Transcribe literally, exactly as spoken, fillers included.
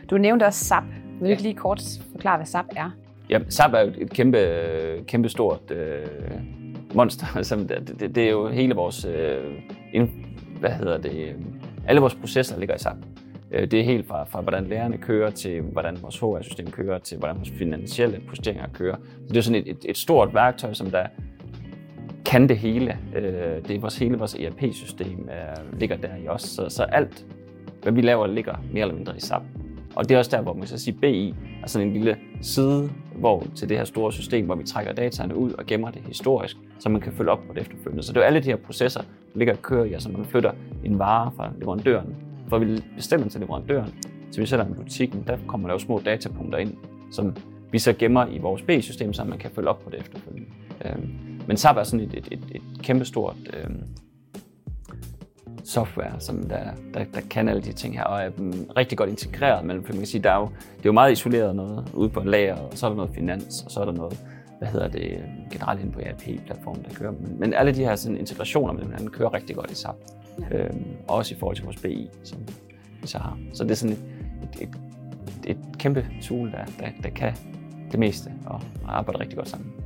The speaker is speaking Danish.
Du nævnte også S A P. Vil du ikke lige kort forklare, hvad S A P er? Ja, S A P er jo et kæmpe, kæmpe stort øh, monster. Altså, det, det, det er jo hele vores, øh, ind, hvad hedder det, alle vores processer ligger i S A P. Det er helt fra, fra hvordan lærerne kører, til hvordan vores H R-system kører, til hvordan vores finansielle posteringer kører. Så det er sådan et, et, et stort værktøj, som der kan det hele. Det er vores, hele vores E R P-system ligger der i os. Så, så alt, hvad vi laver, ligger mere eller mindre i S A P. Og det er også der, hvor man så sige B I er sådan en lille sidevogn til det her store system, hvor vi trækker dataene ud og gemmer det historisk, så man kan følge op på det efterfølgende. Så det er alle de her processer, der ligger og kører i, altså man flytter en vare fra leverandøren. For vi bestiller den til leverandøren, så vi sætter den i butikken, der kommer der jo små datapunkter ind, som vi så gemmer i vores B I-system, så man kan følge op på det efterfølgende. Men S A P er sådan et, et, et, et kæmpestort øh, software, som der, der, der kan alle de ting her, og er rigtig godt integreret. Men man kan sige, der er jo, det er jo meget isoleret noget ude på en lager, og så er der noget finans, og så er der noget, hvad hedder det, generelt inde på E R P-platformen, der kører. Men, men alle de her sådan, integrationer mellem hinanden kører rigtig godt i S A P. Ja. Øhm, også i forhold til vores B I, som vi så har. Så det er sådan et, et, et, et kæmpe tool, der, der, der kan det meste og arbejder rigtig godt sammen.